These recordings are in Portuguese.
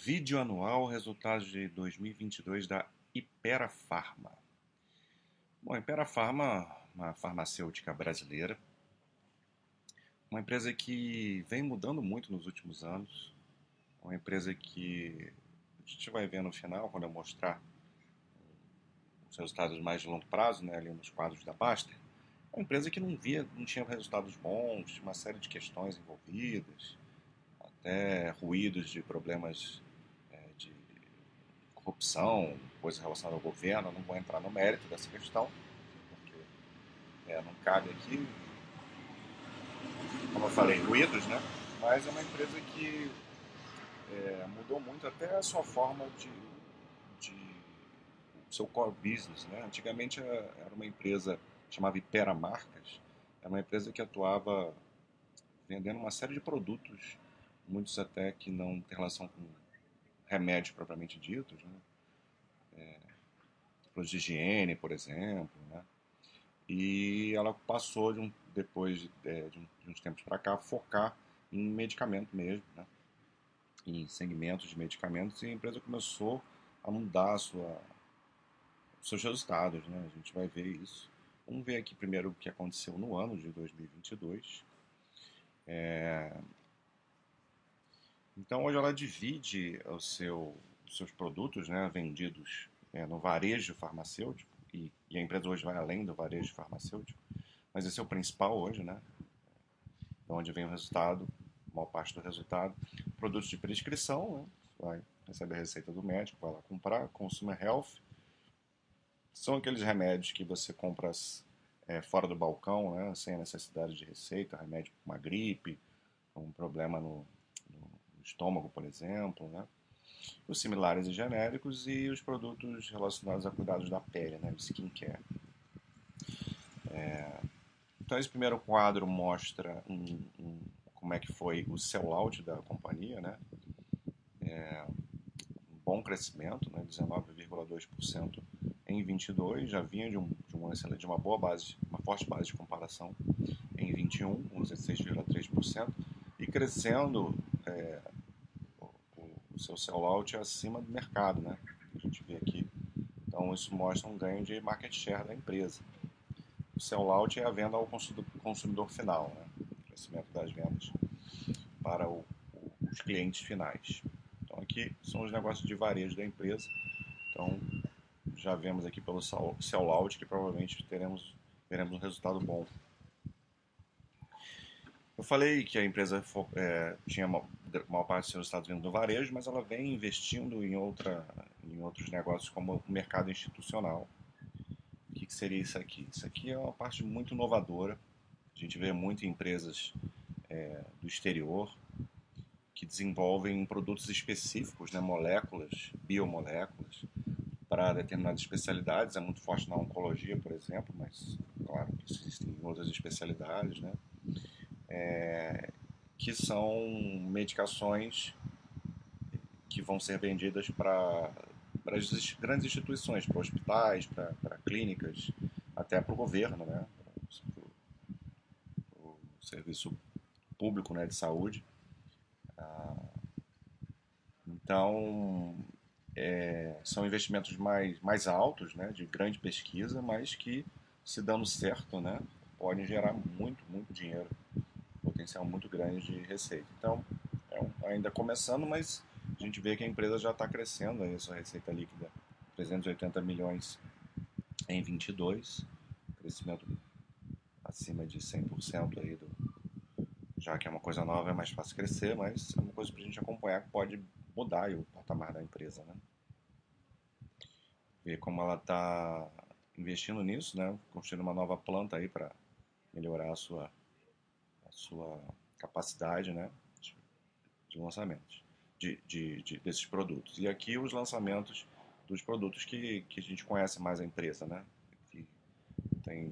Vídeo anual, resultados de 2022 da Hypera Pharma. Bom, a Hypera Pharma, uma farmacêutica brasileira, uma empresa que vem mudando muito nos últimos anos, uma empresa que a gente vai ver no final, quando eu mostrar os resultados mais de longo prazo, né, ali nos quadros da Baster, uma empresa que não tinha resultados bons, uma série de questões envolvidas, até ruídos de problemas de corrupção, coisas relacionadas ao governo. Eu não vou entrar no mérito dessa questão, porque não cabe aqui, como eu falei, ruídos, né? Mas é uma empresa que mudou muito até a sua forma de seu core business, né? Antigamente era uma empresa chamada Hypera Marcas, era uma empresa que atuava vendendo uma série de produtos, muitos até que não têm relação com remédios propriamente ditos, né? Produtos de higiene, por exemplo, né? E ela passou, depois de uns tempos para cá, a focar em medicamento mesmo, né? Em segmentos de medicamentos, e a empresa começou a mudar os seus resultados, né? A gente vai ver isso. Vamos ver aqui primeiro o que aconteceu no ano de 2022. Então, hoje ela divide os seus produtos, né, vendidos no varejo farmacêutico, e a empresa hoje vai além do varejo farmacêutico, mas esse é o principal hoje, né? De onde vem o resultado, a maior parte do resultado. Produtos de prescrição, né? Vai receber a receita do médico, vai lá comprar. Consumer Health são aqueles remédios que você compra fora do balcão, né? Sem a necessidade de receita, remédio para uma gripe, um problema no estômago, por exemplo, né? Os similares e genéricos, e os produtos relacionados a cuidados da pele, né? O skincare. Então esse primeiro quadro mostra como é que foi o sell-out da companhia, né? Um bom crescimento, né? 19,2% em 22, já vinha de uma boa base, uma forte base de comparação em 21, com 16,3%, e crescendo o seu sell-out acima do mercado, né? A gente vê aqui. Então isso mostra um ganho de market share da empresa. O sell-out é a venda ao consumidor final, né? O crescimento das vendas para os clientes finais. Então aqui são os negócios de varejo da empresa. Então já vemos aqui pelo sell-out que provavelmente veremos um resultado bom. Eu falei que a empresa tinha maior parte dos seus resultados vindo do varejo, mas ela vem investindo em outros negócios, como o mercado institucional. O que seria isso aqui? Isso aqui é uma parte muito inovadora. A gente vê muito em empresas do exterior que desenvolvem produtos específicos, né, moléculas, biomoléculas, para determinadas especialidades. É muito forte na oncologia, por exemplo, mas claro que existem outras especialidades, né? Que são medicações que vão ser vendidas para as grandes instituições, para hospitais, para clínicas, até para o governo, né? Para o serviço público, né, de saúde. Então, são investimentos mais altos, né, de grande pesquisa, mas que, se dando certo, né, podem gerar muito, muito dinheiro, potencial muito grande de receita. Então, ainda começando, mas a gente vê que a empresa já está crescendo, aí a sua receita líquida 380 milhões em 22, crescimento acima de 100% aí já que é uma coisa nova, é mais fácil crescer, mas é uma coisa para a gente acompanhar que pode mudar aí o patamar da empresa, né? Ver como ela está investindo nisso, né? Construindo uma nova planta aí para melhorar a sua capacidade, né? De lançamentos desses produtos. E aqui os lançamentos dos produtos que a gente conhece mais a empresa, né? Que tem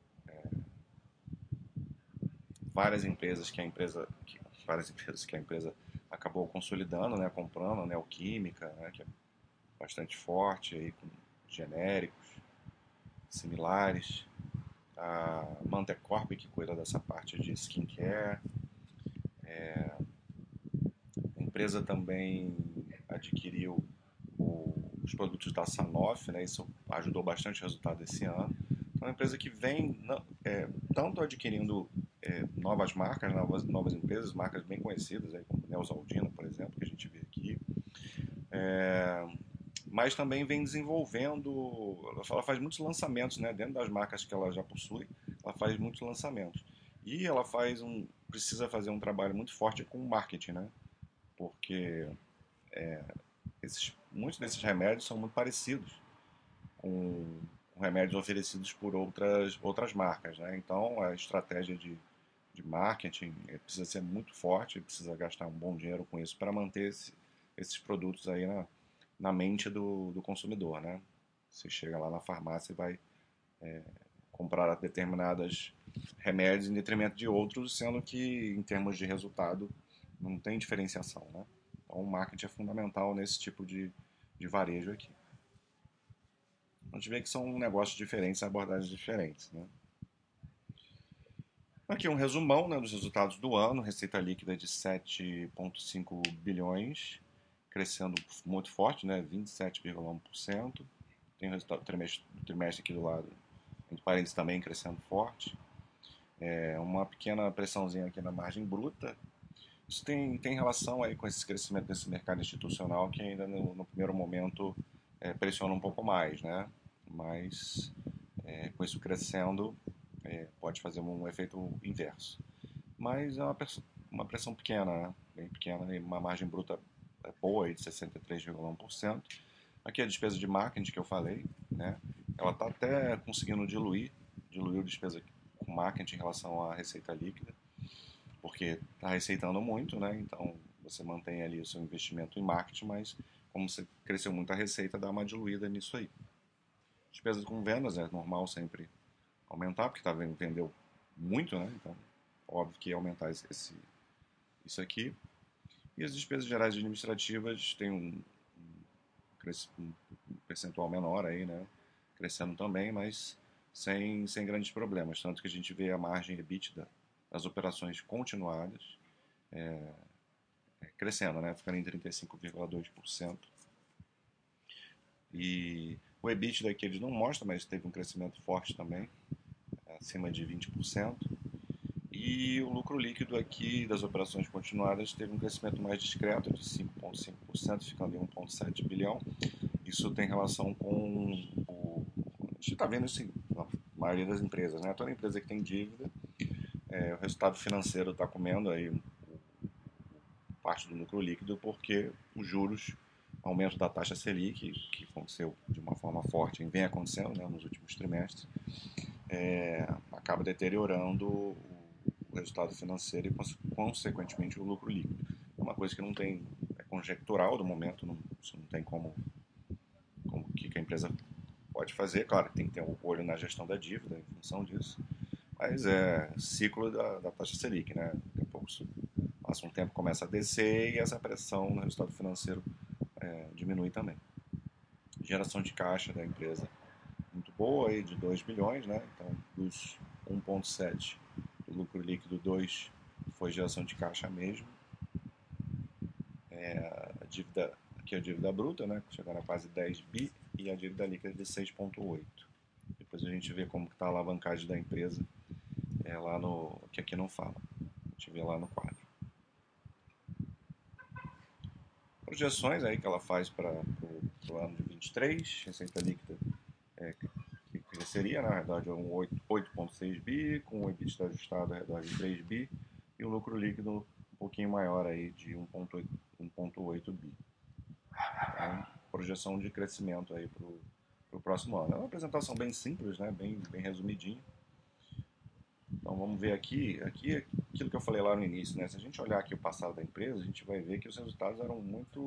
várias empresas que a empresa acabou consolidando, né? Comprando, a Neoquímica, né? Que é bastante forte aí, com genéricos similares, a Mantecorp, que cuida dessa parte de skincare. A empresa também adquiriu os produtos da Sanofi, né? Isso ajudou bastante o resultado desse ano. Então, é uma empresa que vem tanto adquirindo novas marcas, novas empresas, marcas bem conhecidas, aí, como Neosaldina, por exemplo, que a gente vê aqui, é, mas também vem desenvolvendo, ela faz muitos lançamentos, né? Dentro das marcas que ela já possui, ela faz muitos lançamentos. E ela precisa fazer um trabalho muito forte com o marketing, né? Porque muitos desses remédios são muito parecidos com remédios oferecidos por outras marcas, né? Então a estratégia de marketing precisa ser muito forte, precisa gastar um bom dinheiro com isso para manter esses produtos aí na mente do consumidor, né? Você chega lá na farmácia e vai comprar determinados remédios em detrimento de outros, sendo que em termos de resultado não tem diferenciação, né? Então o marketing é fundamental nesse tipo de varejo aqui. A gente vê que são negócios diferentes, abordagens diferentes, né? Aqui um resumão, né, dos resultados do ano, receita líquida de 7,5 bilhões, crescendo muito forte, né, 27,1%. Tem o resultado do trimestre aqui do lado, entre parênteses também crescendo forte. Uma pequena pressãozinha aqui na margem bruta. Isso tem relação aí com esse crescimento desse mercado institucional que ainda no primeiro momento pressiona um pouco mais, né? Mas com isso crescendo pode fazer um efeito inverso. Mas é uma pressão pequena, né? Bem pequena, e uma margem bruta boa aí de 63,1%. Aqui a despesa de marketing que eu falei, né? Ela está até conseguindo diluir a despesa com marketing em relação à receita líquida, porque está receitando muito, né? Então você mantém ali o seu investimento em marketing, mas como você cresceu muito a receita, dá uma diluída nisso aí. Despesas com vendas é normal sempre aumentar, porque vendeu muito, né? Então, óbvio que ia aumentar isso aqui. E as despesas gerais administrativas têm um percentual menor aí, né? Crescendo também, mas sem grandes problemas. Tanto que a gente vê a margem EBITDA das operações continuadas crescendo, né? Ficando em 35,2%. E o EBITDA aqui eles não mostram, mas teve um crescimento forte também, acima de 20%. E o lucro líquido aqui das operações continuadas teve um crescimento mais discreto, de 5,5%, ficando em 1,7 bilhão. Isso tem relação com a gente está vendo isso na maioria das empresas, né? Toda empresa que tem dívida, o resultado financeiro está comendo aí parte do lucro líquido porque os juros, aumento da taxa Selic, que aconteceu de uma forma forte e vem acontecendo, né, nos últimos trimestres, acaba deteriorando o resultado financeiro e, consequentemente, o lucro líquido. É uma coisa que não tem, é conjectural do momento, isso não tem como que a empresa pode fazer. Claro, tem que ter um olho na gestão da dívida em função disso, mas é ciclo da taxa Selic, né? Daqui a pouco passa um tempo, começa a descer e essa pressão no resultado financeiro diminui também. Geração de caixa da empresa muito boa, aí de 2 bilhões, né? Então, dos 1,7 do lucro líquido, 2 foi geração de caixa mesmo. A dívida, aqui é a dívida bruta, né? Chegando a quase 10 bi, e a dívida líquida de 6,8. Depois a gente vê como está a alavancagem da empresa lá que aqui não fala. A gente vê lá no quadro. Projeções aí que ela faz para o ano de 23, receita líquida que cresceria, na verdade, é um 8,6 bi, com o EBITDA ajustado ao redor de 3 bi, e o lucro líquido um pouquinho maior aí de 1,8 bi. Então, projeção de crescimento aí para o próximo ano. É uma apresentação bem simples, né? Bem resumidinha. Então vamos ver aqui é aquilo que eu falei lá no início, né? Se a gente olhar aqui o passado da empresa, a gente vai ver que os resultados eram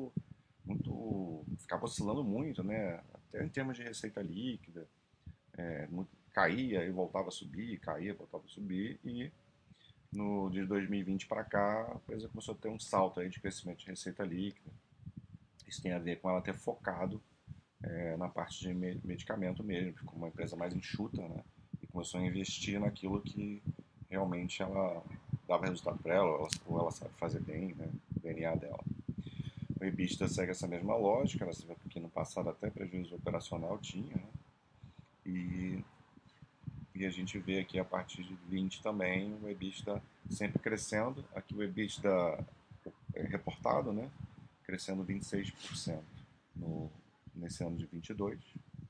ficava oscilando muito, né? Até em termos de receita líquida, caía e voltava a subir, caía, voltava a subir, e de 2020 para cá a empresa começou a ter um salto aí de crescimento de receita líquida. Isso tem a ver com ela ter focado na parte de medicamento mesmo, ficou uma empresa mais enxuta, né? E começou a investir naquilo que realmente ela dava resultado para ela, ou ela sabe fazer bem, né? O DNA dela. O EBITDA segue essa mesma lógica, você vê que no passado até prejuízo operacional tinha, né? E, e a gente vê aqui a partir de 20 também o EBITDA sempre crescendo. Aqui o EBITDA é reportado, né? Crescendo 26% no, nesse ano de 22.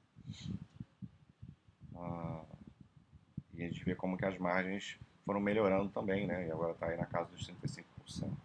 Ah, e a gente vê como que as margens foram melhorando também, né? E agora está aí na casa dos 35%.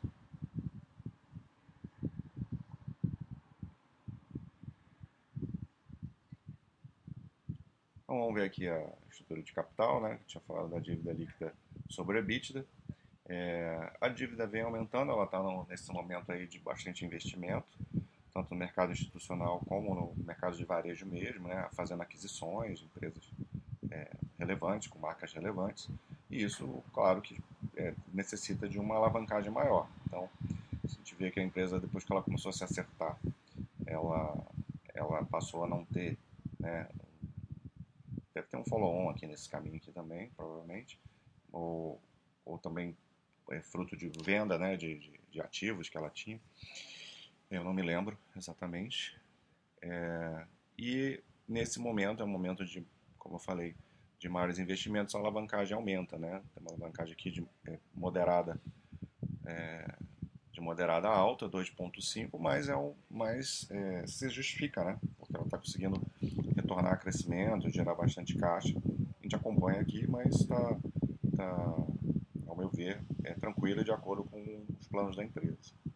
Então vamos ver aqui a estrutura de capital, né? Eu tinha falado da dívida líquida sobre a EBITDA. A dívida vem aumentando, ela está nesse momento aí de bastante investimento, tanto no mercado institucional como no mercado de varejo mesmo, né? Fazendo aquisições de empresas relevantes, com marcas relevantes. E isso, claro, que necessita de uma alavancagem maior. Então, a gente vê que a empresa, depois que ela começou a se acertar, ela, ela passou a não ter, né, deve ter um follow-on aqui nesse caminho aqui também, provavelmente, ou, ou também fruto de venda, né, de ativos que ela tinha, eu não me lembro exatamente. E nesse momento é um momento de, como eu falei, de maiores investimentos, a alavancagem aumenta, né? Tem uma alavancagem aqui de moderada a alta, 2,5, mas se justifica, né? Porque ela está conseguindo retornar a crescimento, gerar bastante caixa. A gente acompanha aqui, mas tá, ao meu ver, tranquila de acordo com os planos da empresa.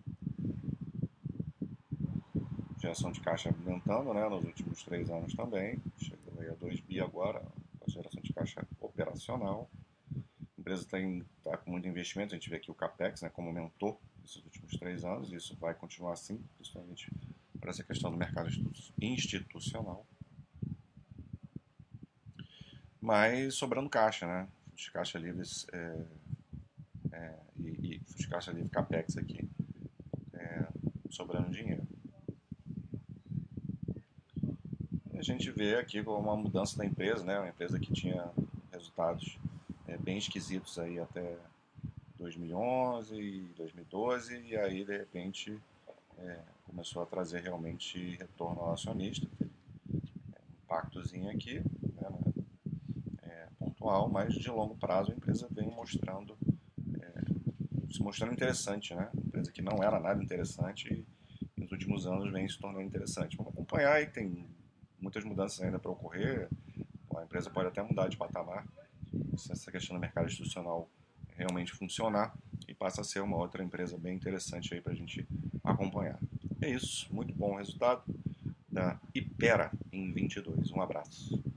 Geração de caixa aumentando, né, nos últimos 3 anos também, chegou aí a 2 bi agora, a geração de caixa operacional. A empresa tá com muito investimento, a gente vê aqui o CAPEX, né, como aumentou nesses últimos 3 anos, e isso vai continuar assim, principalmente para essa questão do mercado institucional. Mas sobrando caixa, né, de caixa livres e de caixa livre CAPEX aqui, sobrando dinheiro. E a gente vê aqui uma mudança da empresa, né? Uma empresa que tinha resultados bem esquisitos aí até 2011 e 2012, e aí de repente começou a trazer realmente retorno ao acionista. Teve um impactozinho aqui, né, pontual, mas de longo prazo a empresa vem se mostrando interessante, né? Uma empresa que não era nada interessante e nos últimos anos vem se tornando interessante. Vamos acompanhar aí, tem muitas mudanças ainda para ocorrer. A empresa pode até mudar de patamar se essa questão do mercado institucional realmente funcionar e passa a ser uma outra empresa bem interessante aí para a gente acompanhar. É isso, muito bom resultado da Ipera em 22. Um abraço.